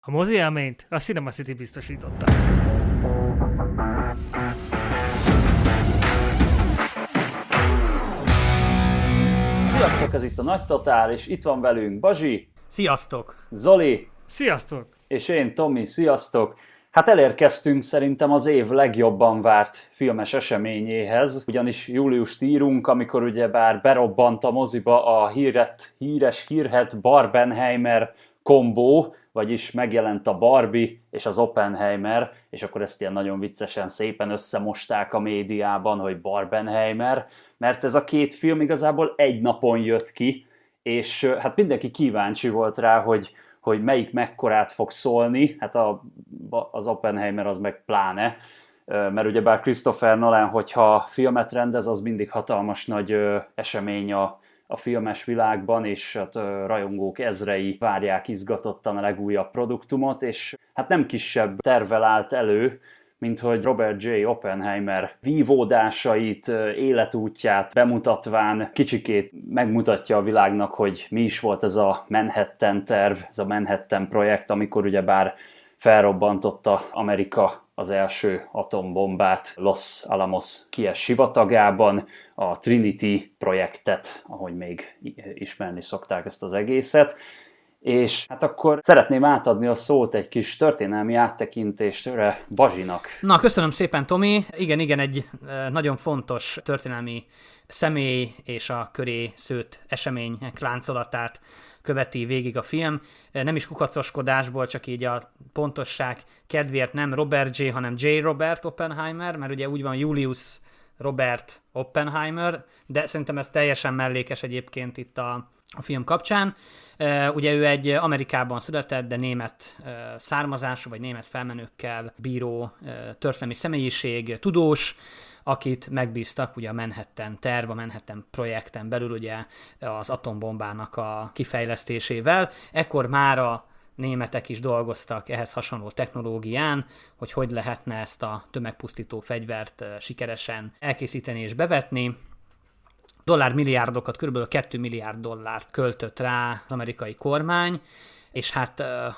A mozi élményt a Cinema City biztosította. Sziasztok, ez itt a Nagy Totál, és itt van velünk Bazsi, Sziasztok! Zoli, Sziasztok! és én, Tomi, sziasztok! Hát elérkeztünk szerintem az év legjobban várt filmes eseményéhez, ugyanis júliust írunk, amikor ugyebár berobbant a moziba a híres Barbenheimer kombó, vagyis megjelent a Barbie és az Oppenheimer, és akkor ezt ilyen nagyon viccesen szépen összemosták a médiában, hogy Barbenheimer, mert ez a két film igazából egy napon jött ki, és hát mindenki kíváncsi volt rá, hogy melyik mekkorát fog szólni, hát az Oppenheimer az meg pláne, mert ugyebár Christopher Nolan, hogyha filmet rendez, az mindig hatalmas nagy esemény a filmes világban, és hát rajongók ezrei várják izgatottan a legújabb produktumot, és hát nem kisebb tervvel állt elő, mint hogy Robert J. Oppenheimer vívódásait, életútját bemutatván kicsikét megmutatja a világnak, hogy mi is volt ez a Manhattan terv, ez a Manhattan projekt, amikor ugyebár felrobbantotta Amerika az első atombombát Los Alamos Kies sivatagában, a Trinity projektet, ahogy még ismerni szokták ezt az egészet. És hát akkor szeretném átadni a szót egy kis történelmi áttekintésre Bazsinak. Na, köszönöm szépen, Tomi. Igen, egy nagyon fontos történelmi személy és a köré szőtt események láncolatát követi végig a film. Nem is kukacoskodásból, csak így a pontosság kedvéért nem Robert J., hanem J. Robert Oppenheimer, mert ugye úgy van Julius Robert Oppenheimer, de szerintem ez teljesen mellékes egyébként itt a film kapcsán. Ugye ő egy Amerikában született, de német származású, vagy német felmenőkkel bíró történelmi személyiség, tudós, akit megbíztak ugye a Manhattan terv, a Manhattan projekten belül ugye az atombombának a kifejlesztésével. Ekkor már a németek is dolgoztak ehhez hasonló technológián, hogy lehetne ezt a tömegpusztító fegyvert sikeresen elkészíteni és bevetni. Dollármilliárdokat, kb. 2 milliárd dollárt költött rá az amerikai kormány, és hát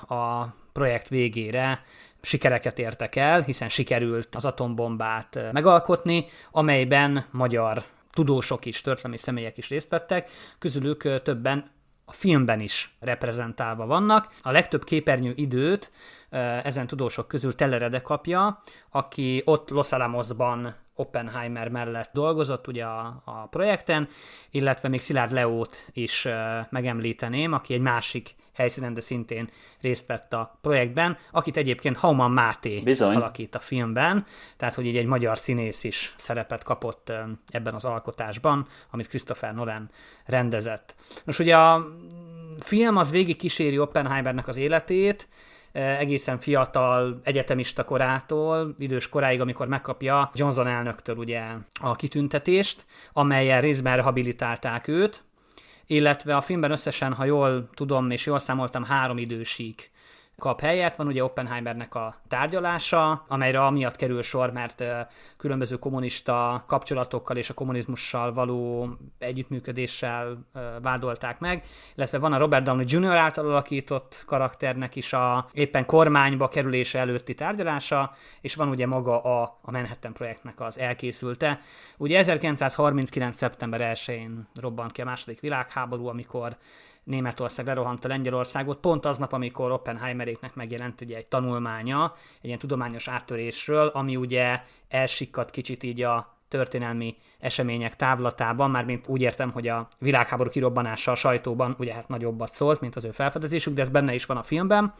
a projekt végére sikereket értek el, hiszen sikerült az atombombát megalkotni, amelyben magyar tudósok is, történelmi személyek is részt vettek, közülük többen a filmben is reprezentálva vannak. A legtöbb képernyő időt ezen tudósok közül Teller kapja, aki ott Los Alamosban Oppenheimer mellett dolgozott ugye a projekten, illetve még Szilárd Leót is megemlíteném, aki egy másik helyszínen, de szintén részt vett a projektben, akit egyébként Hauman Máté alakít a filmben, tehát hogy így egy magyar színész is szerepet kapott ebben az alkotásban, amit Christopher Nolan rendezett. Most ugye a film az végig kíséri Oppenheimernek az életét, egészen fiatal egyetemista korától, idős koráig, amikor megkapja Johnson elnöktől ugye a kitüntetést, amellyel részben rehabilitálták őt, illetve a filmben összesen, ha jól tudom és jól számoltam, 3 idősig kap helyet. Van ugye Oppenheimernek a tárgyalása, amelyre amiatt kerül sor, mert különböző kommunista kapcsolatokkal és a kommunizmussal való együttműködéssel vádolták meg, illetve van a Robert Downey Jr. által alakított karakternek is a éppen kormányba kerülése előtti tárgyalása, és van ugye maga a Manhattan projektnek az elkészülte. Ugye 1939. szeptember 1-én robbant ki a második világháború, amikor Németország lerohanta Lengyelországot, pont aznap, amikor Oppenheimeréknek megjelent ugye egy tanulmánya, egy ilyen tudományos áttörésről, ami ugye elsikkadt kicsit így a történelmi események távlatában, mármint úgy értem, hogy a világháború kirobbanása a sajtóban ugye hát nagyobbat szólt, mint az ő felfedezésük, de ez benne is van a filmben.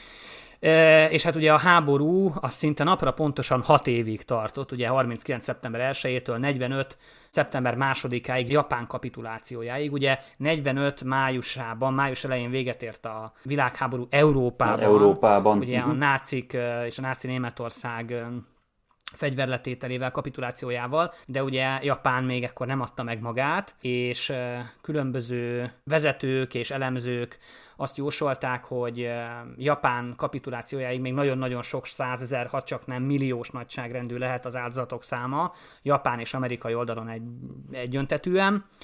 És hát ugye a háború az szinte napra pontosan 6 évig tartott, ugye 39. szeptember 1-től 45. szeptember 2-áig, Japán kapitulációjáig, ugye 45. május elején véget ért a világháború Európában. Ugye a nácik és a náci Németország fegyverletételével, kapitulációjával, de ugye Japán még ekkor nem adta meg magát, és különböző vezetők és elemzők azt jósolták, hogy Japán kapitulációjáig még nagyon-nagyon sok 100 000, ha csak nem milliós nagyságrendű lehet az áldozatok száma, japán és amerikai oldalon egyöntetűen.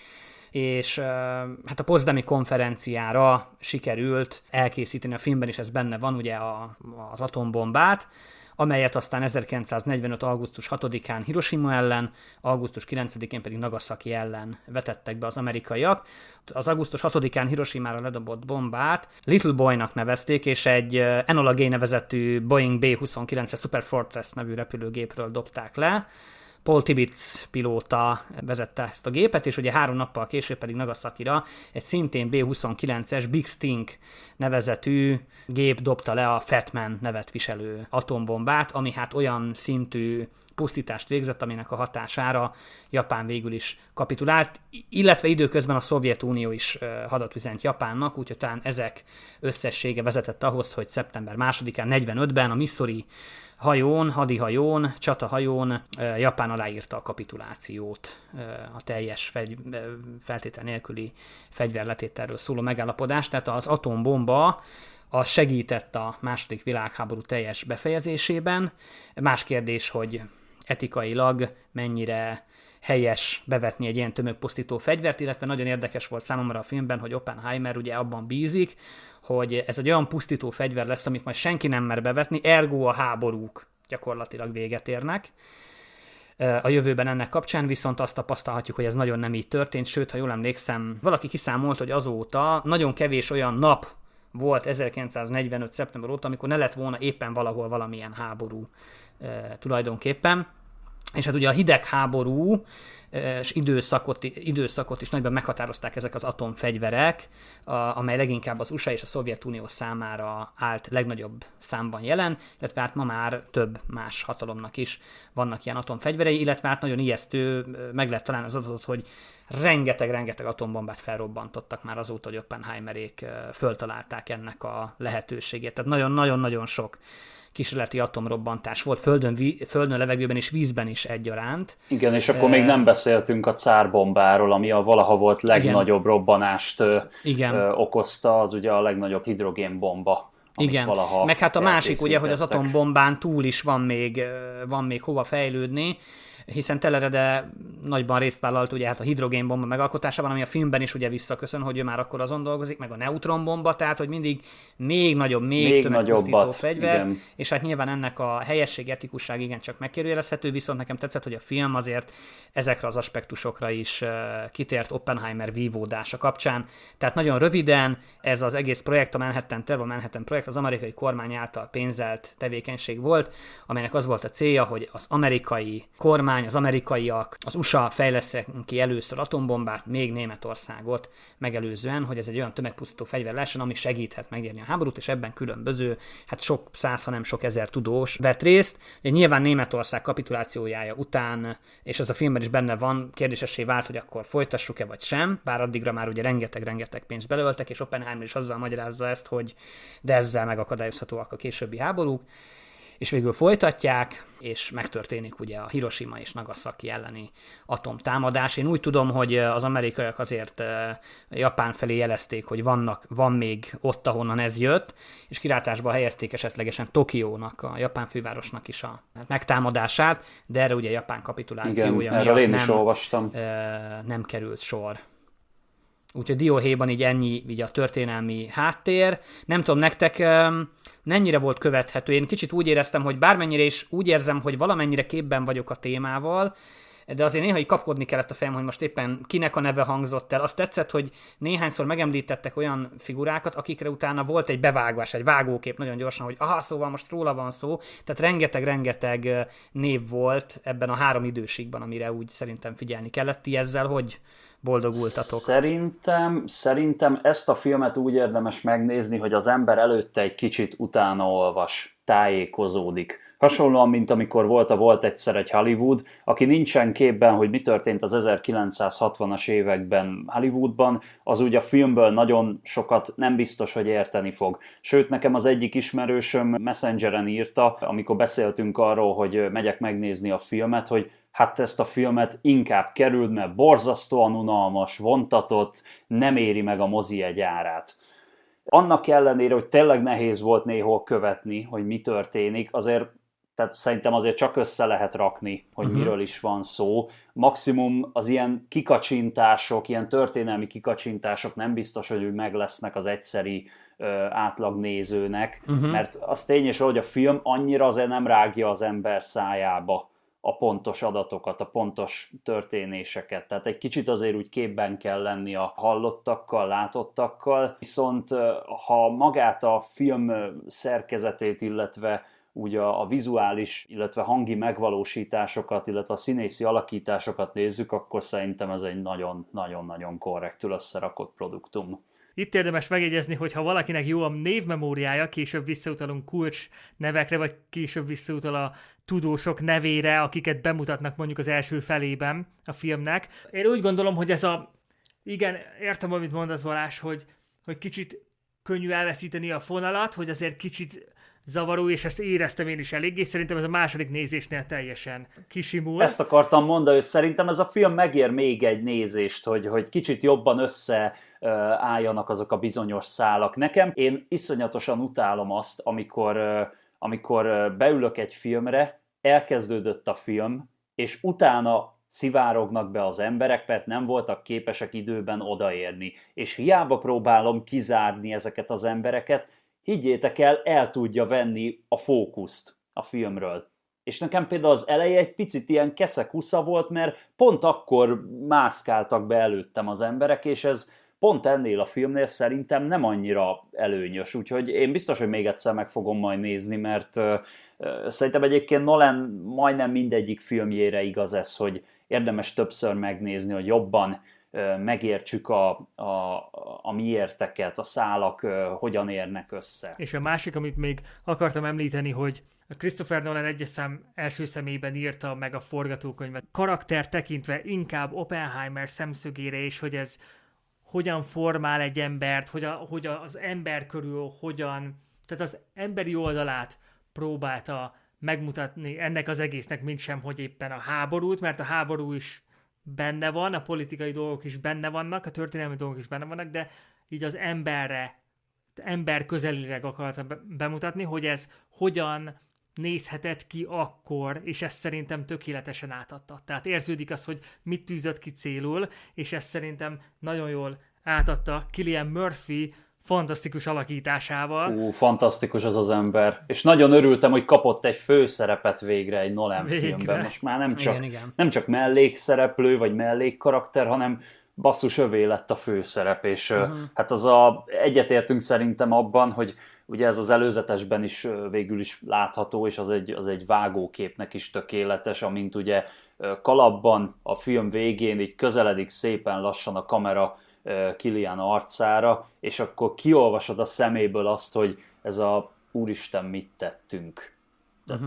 és hát a Potsdami konferenciára sikerült elkészíteni, a filmben is ez benne van, ugye az atombombát, amelyet aztán 1945. augusztus 6-án Hiroshima ellen, augusztus 9-én pedig Nagasaki ellen vetettek be az amerikaiak. Az augusztus 6-án Hiroshimára ledobott bombát Little Boynak nevezték, és egy Enola Gay nevezetű Boeing B-29-es Super Fortress nevű repülőgépről dobták le. Paul Tibbets pilóta vezette ezt a gépet, és ugye 3 nappal később pedig Nagasakira egy szintén B-29-es Big Sting nevezetű gép dobta le a Fat Man nevet viselő atombombát, ami hát olyan szintű pusztítást végzett, aminek a hatására Japán végül is kapitulált, illetve időközben a Szovjetunió is hadat üzent Japánnak, úgyhogy talán ezek összessége vezetett ahhoz, hogy szeptember 2-án 45-ben a Missouri hadihajón, csatahajón Japán aláírta a kapitulációt, a teljes feltétel nélküli fegyverletételről szóló megállapodást, tehát az atombomba az segített a II. Világháború teljes befejezésében. Más kérdés, hogy etikailag mennyire helyes bevetni egy ilyen tömegpusztító fegyvert, illetve nagyon érdekes volt számomra a filmben, hogy Oppenheimer ugye abban bízik, hogy ez egy olyan pusztító fegyver lesz, amit majd senki nem mer bevetni, ergo a háborúk gyakorlatilag véget érnek. A jövőben ennek kapcsán viszont azt tapasztalhatjuk, hogy ez nagyon nem így történt, sőt, ha jól emlékszem, valaki kiszámolt, hogy azóta nagyon kevés olyan nap volt 1945. szeptember óta, amikor ne lett volna éppen valahol valamilyen háború tulajdonképpen. És hát ugye a hidegháború időszakot is nagyban meghatározták ezek az atomfegyverek, amely leginkább az USA és a Szovjetunió számára állt legnagyobb számban jelen, illetve hát ma már több más hatalomnak is vannak ilyen atomfegyverei, illetve hát nagyon ijesztő, meg lehet találni az adatot, hogy rengeteg atombombát felrobbantottak már azóta, hogy Oppenheimerék föltalálták ennek a lehetőségét. Tehát nagyon-nagyon sok kísérleti atomrobbantás volt földön, levegőben és vízben is egyaránt. Igen, és akkor még nem beszéltünk a cárbombáról, ami a valaha volt legnagyobb robbanást okozta, az ugye a legnagyobb hidrogénbomba. Igen, meg hát a másik ugye, hogy az atombombán túl is van még hova fejlődni, hiszen Telerede nagyban részt vállalt ugye hát a hidrogénbomba megalkotásában, ami a filmben is ugye visszaköszön, hogy ő már akkor azon dolgozik, meg a neutronbomba, tehát hogy mindig még nagyobb, még tömegpusztító fegyver, igen. És hát nyilván ennek a helyesség, etikusság igencsak megkérdőjelezhető, viszont nekem tetszett, hogy a film azért ezekre az aspektusokra is kitért Oppenheimer vívódása kapcsán. Tehát nagyon röviden ez az egész projekt, a Manhattan projekt az amerikai kormány által pénzelt tevékenység volt, amelynek az volt a célja, hogy az amerikai kormány, az amerikaiak, az USA fejlesztek ki először atombombát, még Németországot megelőzően, hogy ez egy olyan tömegpusztító fegyver lehessen, ami segíthet megnyerni a háborút, és ebben különböző, hát sok száz, hanem sok ezer tudós vett részt. Ugye nyilván Németország kapitulációjája után, és ez a filmben is benne van, kérdésessé vált, hogy akkor folytassuk-e vagy sem, bár addigra már ugye rengeteg pénzt belöltek, és Oppenheimer is azzal magyarázza ezt, hogy de ezzel megakadályozhatóak a későbbi háborúk. És végül folytatják, és megtörténik ugye a Hiroshima és Nagasaki elleni atomtámadás. Én úgy tudom, hogy az amerikaiak azért Japán felé jelezték, hogy van még ott, ahonnan ez jött, és kilátásba helyezték esetlegesen Tokiónak, a japán fővárosnak is a megtámadását, de erre ugye Japán kapitulációja miatt nem került sor. Úgyhogy Dióhéjban így ennyi így a történelmi háttér. Nem tudom, nektek mennyire volt követhető. Én kicsit úgy éreztem, hogy bármennyire is úgy érzem, hogy valamennyire képben vagyok a témával, de azért néha így kapkodni kellett a fejem, hogy most éppen kinek a neve hangzott el. Azt tetszett, hogy néhányszor megemlítettek olyan figurákat, akikre utána volt egy bevágás, egy vágókép nagyon gyorsan, hogy szóval most róla van szó. Tehát rengeteg név volt ebben a 3 időségben, amire úgy szerintem figyelni kellett. Ti ezzel hogy boldogultatok? Szerintem ezt a filmet úgy érdemes megnézni, hogy az ember előtte egy kicsit utána olvas, tájékozódik. Hasonlóan, mint amikor volt egyszer egy Hollywood, aki nincsen képben, hogy mi történt az 1960-as években Hollywoodban, az úgy a filmből nagyon sokat nem biztos, hogy érteni fog. Sőt, nekem az egyik ismerősöm Messengeren írta, amikor beszéltünk arról, hogy megyek megnézni a filmet, hogy hát ezt a filmet inkább kerüld, mert borzasztóan unalmas, vontatott, nem éri meg a mozijegy árát. Annak ellenére, hogy tényleg nehéz volt néhol követni, hogy mi történik, azért tehát szerintem azért csak össze lehet rakni, hogy miről is van szó. Maximum az ilyen kikacsintások, ilyen történelmi kikacsintások nem biztos, hogy úgy meg lesznek az egyszeri átlagnézőnek, mert az tény és hogy a film annyira azért nem rágja az ember szájába a pontos adatokat, a pontos történéseket. Tehát egy kicsit azért úgy képben kell lenni a hallottakkal, látottakkal, viszont ha magát a film szerkezetét, illetve ugye a vizuális, illetve hangi megvalósításokat, illetve a színészi alakításokat nézzük, akkor szerintem ez egy nagyon-nagyon korrektül összerakott produktum. Itt érdemes megjegyezni, hogy ha valakinek jó a névmemóriája, később visszautalunk kulcs nevekre, vagy később visszautal a tudósok nevére, akiket bemutatnak mondjuk az első felében a filmnek. Én úgy gondolom, hogy ez igen, értem, amit mondasz, Balázs, hogy kicsit könnyű elveszíteni a fonalat, hogy azért kicsit zavaró, és ezt éreztem én is eléggé, szerintem ez a második nézésnél teljesen kisimul. Ezt akartam mondani, hogy szerintem ez a film megér még egy nézést, hogy kicsit jobban összeálljanak azok a bizonyos szálak. Nekem én iszonyatosan utálom azt, amikor beülök egy filmre, elkezdődött a film, és utána szivárognak be az emberek, mert nem voltak képesek időben odaérni. És hiába próbálom kizárni ezeket az embereket, higgyétek el tudja venni a fókuszt a filmről. És nekem például az eleje egy picit ilyen keszekusza volt, mert pont akkor mászkáltak be előttem az emberek, és ez pont ennél a filmnél szerintem nem annyira előnyös. Úgyhogy én biztos, hogy még egyszer meg fogom majd nézni, mert szerintem egyébként Nolan majdnem mindegyik filmjére igaz ez, hogy érdemes többször megnézni, hogy jobban megértsük a miérteket, a szálak hogyan érnek össze. És a másik, amit még akartam említeni, hogy a Christopher Nolan egyes szám első személyben írta meg a forgatókönyvet. Karakter tekintve inkább Oppenheimer szemszögére, és hogy ez hogyan formál egy embert, hogy az ember körül tehát az emberi oldalát próbálta megmutatni ennek az egésznek, mint sem, hogy éppen a háborút, mert a háború is benne van, a politikai dolgok is benne vannak, a történelmi dolgok is benne vannak, de így az ember közelileg akartam bemutatni, hogy ez hogyan nézhetett ki akkor, és ezt szerintem tökéletesen átadta. Tehát érződik az, hogy mit tűzött ki célul, és ezt szerintem nagyon jól átadta Cillian Murphy fantasztikus alakításával. Fantasztikus az ember. És nagyon örültem, hogy kapott egy főszerepet végre egy Nolan filmben. Most már nem csak mellékszereplő, vagy mellékkarakter, hanem basszus övé lett a főszerep, és hát egyetértünk szerintem abban, hogy ugye ez az előzetesben is végül is látható, és az egy vágóképnek is tökéletes, amint ugye kalapban a film végén így közeledik szépen lassan a kamera Cillian arcára, és akkor kiolvasod a szeméből azt, hogy ez a úristen, mit tettünk. Tehát,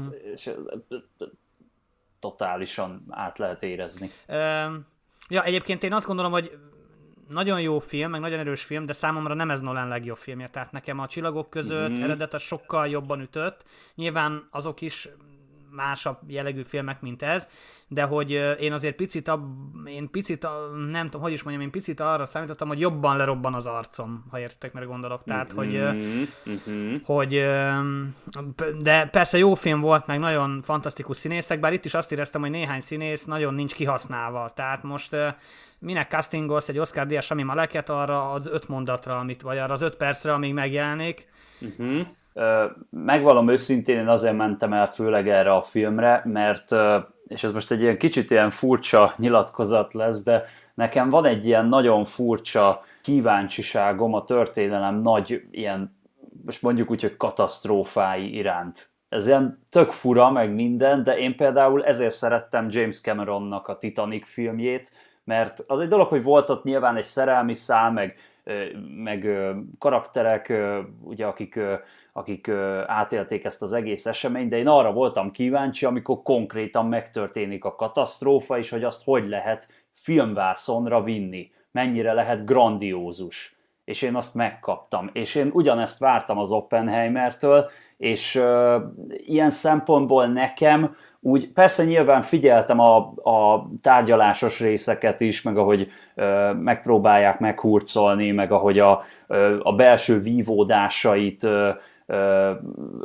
totálisan át lehet érezni. Ja, egyébként én azt gondolom, hogy nagyon jó film, meg nagyon erős film, de számomra nem ez Nolan legjobb filmje. Tehát nekem a Csillagok között eredet sokkal jobban ütött. Nyilván azok is másabb jellegű filmek, mint ez, de hogy én azért picit nem tudom, hogy is mondjam, én picit arra számítottam, hogy jobban lerobban az arcom, ha értek, mire gondolok. Tehát, hogy de persze jó film volt, meg nagyon fantasztikus színészek, bár itt is azt éreztem, hogy néhány színész nagyon nincs kihasználva. Tehát most minek castingolsz egy Oscar-díjas Rami Maleket arra az 5 mondatra, vagy arra az 5 percre, amíg megjelenik? Megvallom őszintén, én azért mentem el főleg erre a filmre, mert, és ez most egy ilyen kicsit ilyen furcsa nyilatkozat lesz, de nekem van egy ilyen nagyon furcsa kíváncsiságom a történelem nagy ilyen, most mondjuk úgy, hogy katasztrófái iránt. Ez ilyen tök fura, meg minden, de én például ezért szerettem James Cameronnak a Titanic filmjét, mert az egy dolog, hogy volt ott nyilván egy szerelmi szál, meg karakterek, ugye, akik átélték ezt az egész eseményt, de én arra voltam kíváncsi, amikor konkrétan megtörténik a katasztrófa, és hogy azt hogy lehet filmvászonra vinni, mennyire lehet grandiózus. És én azt megkaptam. És én ugyanezt vártam az Oppenheimertől, és ilyen szempontból nekem úgy, persze nyilván figyeltem a tárgyalásos részeket is, meg ahogy megpróbálják meghurcolni, meg ahogy a belső vívódásait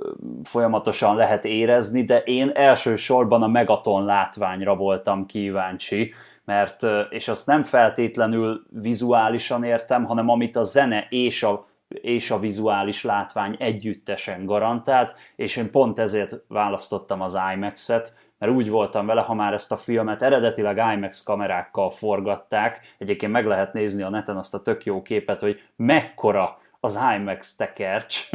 folyamatosan lehet érezni, de én elsősorban a Megaton látványra voltam kíváncsi, mert, és azt nem feltétlenül vizuálisan értem, hanem amit a zene és a vizuális látvány együttesen garantált, és én pont ezért választottam az IMAX-et, mert úgy voltam vele, ha már ezt a filmet eredetileg IMAX kamerákkal forgatták, egyébként meg lehet nézni a neten azt a tök jó képet, hogy mekkora az IMAX tekercs,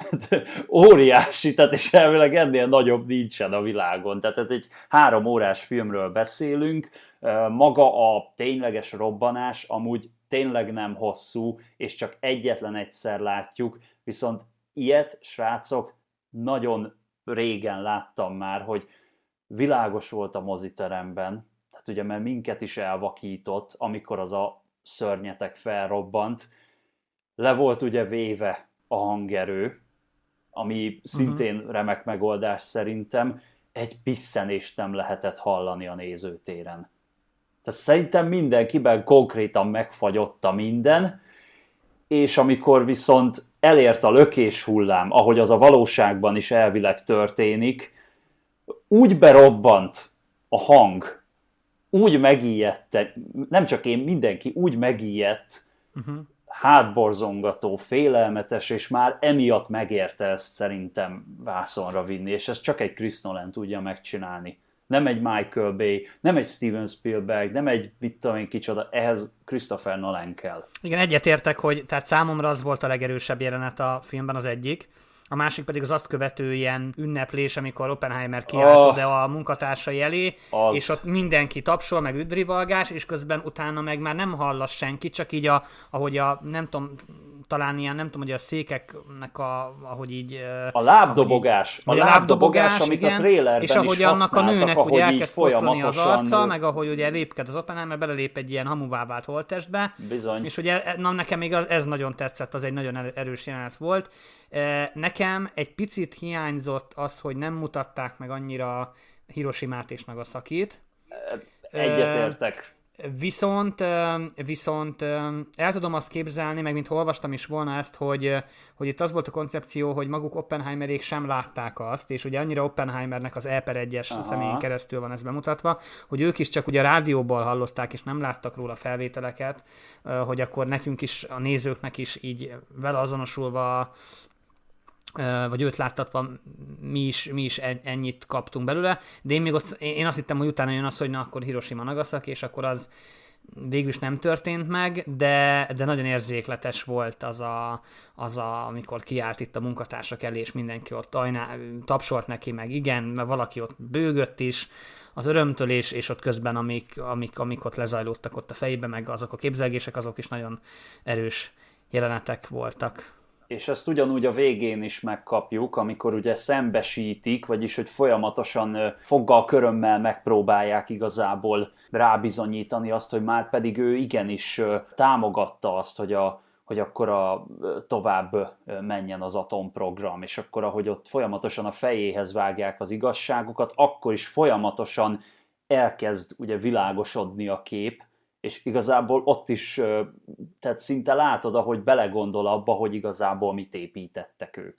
óriási, tehát és elvileg ennél nagyobb nincsen a világon, tehát egy 3 órás filmről beszélünk, maga a tényleges robbanás amúgy tényleg nem hosszú, és csak egyetlen egyszer látjuk, viszont ilyet, srácok, nagyon régen láttam már, hogy világos volt a moziteremben, tehát ugye mert minket is elvakított, amikor az a szörnyetek felrobbant, le volt ugye véve a hangerő, ami szintén remek megoldás szerintem, egy pisszenést nem lehetett hallani a nézőtéren. Tehát szerintem mindenkiben konkrétan megfagyott a minden, és amikor viszont elért a lökés hullám, ahogy az a valóságban is elvileg történik, úgy berobbant a hang, úgy megijedte, nem csak én, mindenki úgy megijedt, hátborzongató, félelmetes, és már emiatt megérte ezt szerintem vászonra vinni, és ezt csak egy Chris Nolan tudja megcsinálni. Nem egy Michael Bay, nem egy Steven Spielberg, nem egy mit tudom én kicsoda, ehhez Christopher Nolan kell. Igen, egyetértek, hogy tehát számomra az volt a legerősebb jelenet a filmben, az egyik. A másik pedig az azt követő ilyen ünneplés, amikor Oppenheimer kiállt oda a munkatársai elé, és ott mindenki tapsol, meg üdvrivalgás, és közben utána meg már nem hallasz senki, csak így ahogy nem tudom, talán ilyen, nem tudom, hogy a székeknek ahogy így... A lábdobogás. A lábdobogás, amit igen, a trailerben és ahogy is annak a nőnek ugye elkezd foszlani az arca, folyamatosan... meg ahogy ugye lépked az Oppenheimer, belelép egy ilyen hamuvá vált holttestbe. Bizony. És ugye nekem még ez nagyon tetszett, az egy nagyon erős jelenet volt. Nekem egy picit hiányzott az, hogy nem mutatták meg annyira Hiroshimát és Nagasakit. Egyetértek. Viszont el tudom azt képzelni, meg mint olvastam is volna ezt, hogy itt az volt a koncepció, hogy maguk Oppenheimerék sem látták azt, és ugye annyira Oppenheimernek az E/1-es személyen keresztül van ez bemutatva, hogy ők is csak ugye a rádióból hallották, és nem láttak róla felvételeket, hogy akkor nekünk is, a nézőknek is így vele azonosulva, vagy őt láttatva mi is ennyit kaptunk belőle, de én azt hittem, hogy utána jön az, hogy na akkor Hiroshima, Nagasaki, és akkor az végül is nem történt meg, de nagyon érzékletes volt az amikor kiállt itt a munkatársak elé, és mindenki ott tapsolt neki, meg igen, mert valaki ott bőgött is az örömtől, és ott közben, amik ott lezajlódtak ott a fejében, meg azok a képzelgések, azok is nagyon erős jelenetek voltak. És ezt ugyanúgy a végén is megkapjuk, amikor ugye szembesítik, vagyis hogy folyamatosan foggal körömmel megpróbálják igazából rábizonyítani azt, hogy már pedig ő igenis támogatta azt, hogy akkor tovább menjen az atomprogram, és akkor ahogy ott folyamatosan a fejéhez vágják az igazságokat, akkor is folyamatosan elkezd ugye világosodni a kép, és igazából ott is, tehát szinte látod, ahogy belegondol abba, hogy igazából mit építettek ők.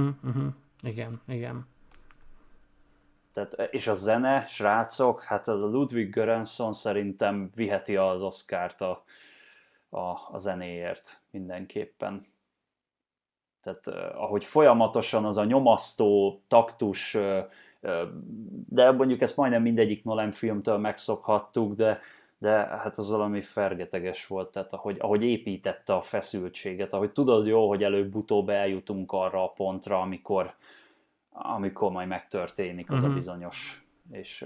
Igen. Tehát, és a zene, srácok, hát a Ludwig Göransson szerintem viheti az Oscart a zenéért mindenképpen. Tehát ahogy folyamatosan az a nyomasztó taktus, de mondjuk ezt majdnem mindegyik Nolan filmtől megszokhattuk, de hát az valami fergeteges volt, tehát ahogy építette a feszültséget, ahogy tudod jó, hogy előbb-utóbb eljutunk arra a pontra, amikor majd megtörténik az a bizonyos, és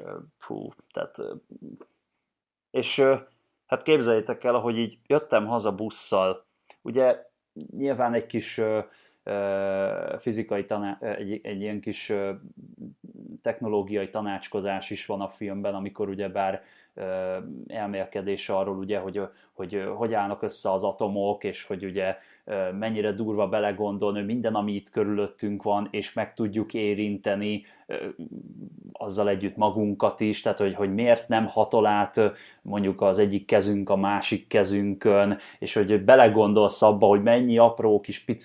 hát képzeljétek el, ahogy így jöttem haza busszal, ugye nyilván egy kis fizikai egy ilyen kis technológiai tanácskozás is van a filmben, amikor ugyebár elmélkedés arról, ugye, hogy állnak össze az atomok, és hogy ugye mennyire durva belegondolni, hogy minden, ami itt körülöttünk van, és meg tudjuk érinteni azzal együtt magunkat is, tehát hogy miért nem hatol át mondjuk az egyik kezünk a másik kezünkön, és hogy belegondolsz abba, hogy mennyi apró kis pici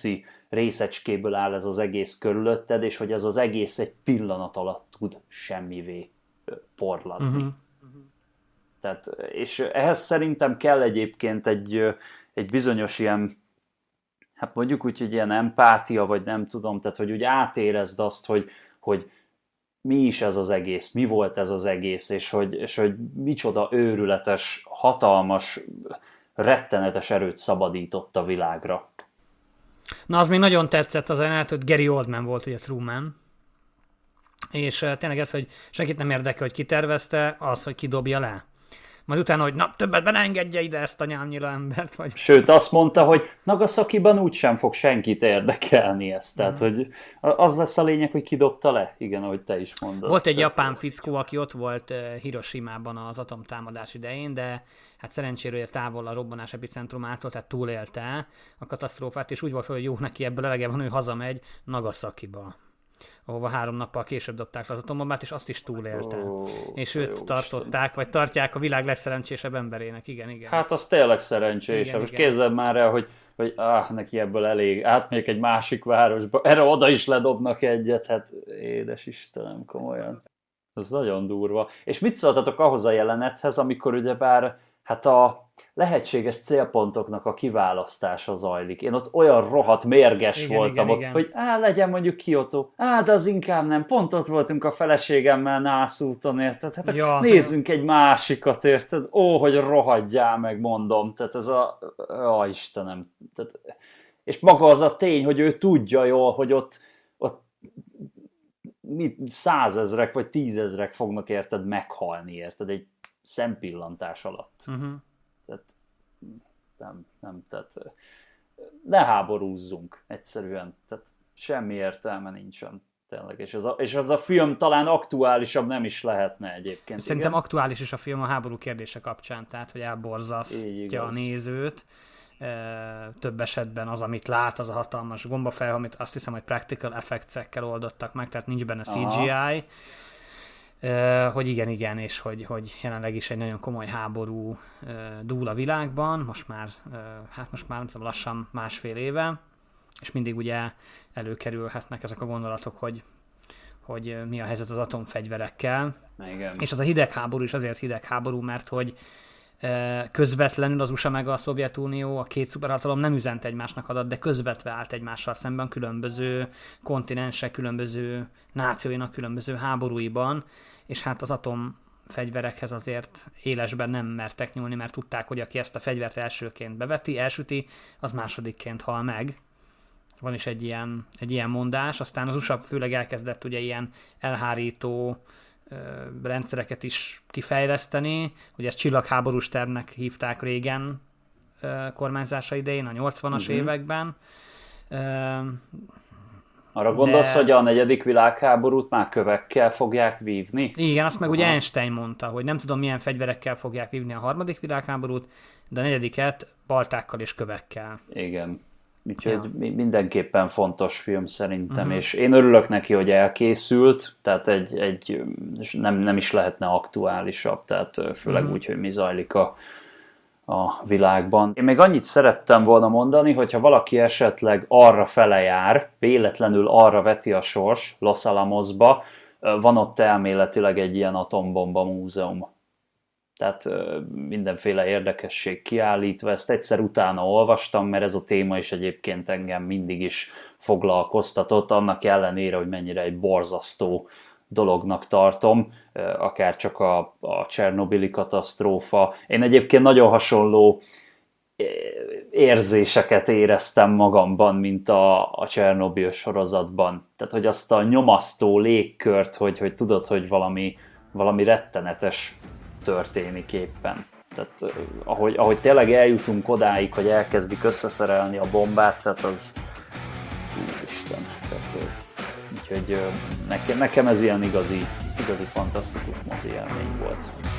részecskéből áll ez az egész körülötted, és hogy ez az egész egy pillanat alatt tud semmivé porladni. Tehát, és ehhez szerintem kell egyébként egy bizonyos ilyen, hát mondjuk úgy, hogy ilyen empátia, vagy nem tudom, tehát hogy úgy átérezd azt, hogy mi is ez az egész, mi volt ez az egész, és hogy micsoda őrületes, hatalmas, rettenetes erőt szabadított a világra. Na, az még nagyon tetszett az jelenet, hogy Gary Oldman volt ugye Truman, és tényleg ez, hogy senkit nem érdekel, hogy ki tervezte, az, hogy ki dobja le. Majd utána, hogy na, többet be ne engedje ide ezt a nyálnyila embert. Vagy... Sőt, azt mondta, hogy Nagasakiban úgysem fog senkit érdekelni ezt. Tehát, hogy az lesz a lényeg, hogy kidobta le. Igen, ahogy te is mondod. Volt egy japán fickó, aki ott volt Hiroshimában az atomtámadás idején, de hát szerencsére távol a robbanás epicentrumától, tehát túlélte a katasztrófát, és úgy volt, hogy jó neki ebből elege van, hogy hazamegy Nagasakiba, ahova 3 nappal később dobták le az atombombát, és azt is túlélte. És őt tartották, vagy tartják a világ legszerencsésebb emberének. Igen. Hát az tényleg szerencsés. Most képzeld már el, hogy neki ebből elég. Átmegyek egy másik városba, erre oda is ledobnak egyet. Hát édes Istenem, komolyan. Ez nagyon durva. És mit szóltatok ahhoz a jelenethez, amikor ugyebár hát a lehetséges célpontoknak a kiválasztása zajlik. Én ott olyan rohadt mérges voltam ott, hogy legyen mondjuk Kyoto, de az inkább nem. Pont ott voltunk a feleségemmel nászúton, érted? Hát nézzünk egy másikat, érted? Hogy rohadjál meg, mondom. Tehát ez Istenem. Tehát, és maga az a tény, hogy ő tudja jól, hogy ott 100 000 vagy 10 000 fognak érted meghalni, érted? Egy szempillantás alatt. Tehát ne háborúzzunk egyszerűen. Tehát semmi értelme nincsen. Tényleg. És az a film talán aktuálisabb nem is lehetne egyébként. Szerintem aktuális is a film a háború kérdése kapcsán, tehát hogy elborzasztja a nézőt. Több esetben az, amit lát, az a hatalmas gombafej, amit azt hiszem, hogy practical effects-ekkel oldottak meg, tehát nincs benne CGI. Hogy igen, és hogy jelenleg is egy nagyon komoly háború dúl a világban, most már nem tudom, lassan 1,5 éve, és mindig ugye előkerülhetnek ezek a gondolatok, hogy mi a helyzet az atomfegyverekkel. Igen. És az a hidegháború is azért hidegháború, mert hogy közvetlenül az USA meg a Szovjetunió, a két szuperhatalom nem üzent egymásnak adat, de közvetve állt egymással szemben különböző kontinensek, különböző nációinak különböző háborúiban, és hát az atomfegyverekhez azért élesben nem mertek nyúlni, mert tudták, hogy aki ezt a fegyvert elsőként elsüti, az másodikként hal meg. Van is egy ilyen mondás, aztán az USA főleg elkezdett ugye ilyen elhárító rendszereket is kifejleszteni, hogy ezt csillagháborús tervnek hívták régen kormányzása idején, a 80-as években. Arra gondolsz, hogy a 4. világháborút már kövekkel fogják vívni? Igen, azt meg ugye Einstein mondta, hogy nem tudom milyen fegyverekkel fogják vívni a 3. világháborút, de a 4. baltákkal és kövekkel. Igen. Úgyhogy mindenképpen fontos film szerintem, és én örülök neki, hogy elkészült, tehát nem is lehetne aktuálisabb, tehát főleg úgy, hogy mi zajlik a világban. Én még annyit szerettem volna mondani, hogyha valaki esetleg arra fele jár, véletlenül arra veti a sors, Los Alamosba, van ott elméletileg egy ilyen atombomba múzeum. Tehát mindenféle érdekesség kiállítva, ezt egyszer utána olvastam, mert ez a téma is egyébként engem mindig is foglalkoztatott, annak ellenére, hogy mennyire egy borzasztó dolognak tartom, akár csak a csernobili katasztrófa. Én egyébként nagyon hasonló érzéseket éreztem magamban, mint a Csernobil sorozatban. Tehát, hogy azt a nyomasztó légkört, hogy tudod, hogy valami rettenetes történik éppen. Tehát ahogy tényleg eljutunk odáig, hogy elkezdik összeszerelni a bombát, tehát az... Úristen, tehát... Úgyhogy nekem ez ilyen igazi fantasztikus mozi élmény volt.